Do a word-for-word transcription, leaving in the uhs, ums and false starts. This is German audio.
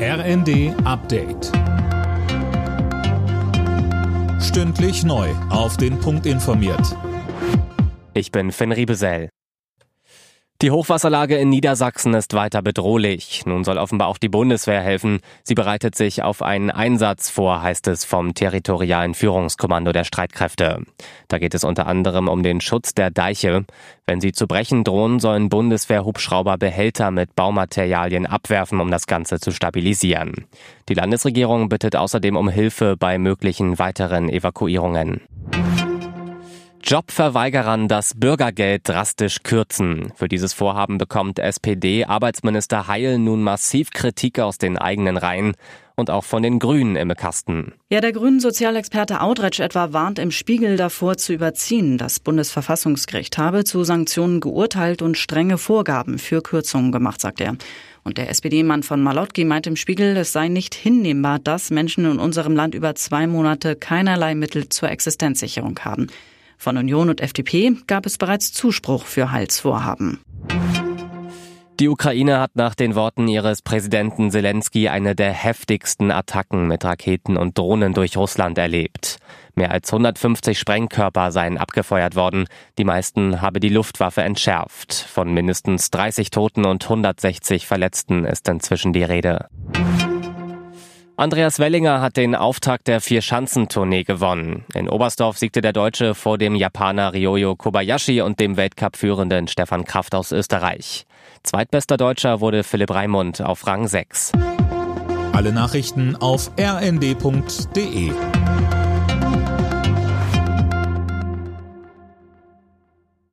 R N D Update. Stündlich neu auf den Punkt informiert. Ich bin Finn Riebesell. Die Hochwasserlage in Niedersachsen ist weiter bedrohlich. Nun soll offenbar auch die Bundeswehr helfen. Sie bereitet sich auf einen Einsatz vor, heißt es vom territorialen Führungskommando der Streitkräfte. Da geht es unter anderem um den Schutz der Deiche. Wenn sie zu brechen drohen, sollen Bundeswehr-Hubschrauber Behälter mit Baumaterialien abwerfen, um das Ganze zu stabilisieren. Die Landesregierung bittet außerdem um Hilfe bei möglichen weiteren Evakuierungen. Jobverweigerern das Bürgergeld drastisch kürzen. Für dieses Vorhaben bekommt S P D-Arbeitsminister Heil nun massiv Kritik aus den eigenen Reihen und auch von den Grünen im Kasten. Ja, der Grünen-Sozialexperte Audretsch etwa warnt im Spiegel davor zu überziehen. Das Bundesverfassungsgericht habe zu Sanktionen geurteilt und strenge Vorgaben für Kürzungen gemacht, sagt er. Und der S P D-Mann von Malotki meint im Spiegel, es sei nicht hinnehmbar, dass Menschen in unserem Land über zwei Monate keinerlei Mittel zur Existenzsicherung haben. Von Union und F D P gab es bereits Zuspruch für Heils Vorhaben. Die Ukraine hat nach den Worten ihres Präsidenten Selensky eine der heftigsten Attacken mit Raketen und Drohnen durch Russland erlebt. Mehr als hundertfünfzig Sprengkörper seien abgefeuert worden. Die meisten habe die Luftwaffe entschärft. Von mindestens dreißig Toten und hundertsechzig Verletzten ist inzwischen die Rede. Andreas Wellinger hat den Auftakt der Vier-Schanzentournee gewonnen. In Oberstdorf siegte der Deutsche vor dem Japaner Ryoyo Kobayashi und dem Weltcup-führenden Stefan Kraft aus Österreich. Zweitbester Deutscher wurde Philipp Raimund auf Rang sechs. Alle Nachrichten auf r n d punkt d e.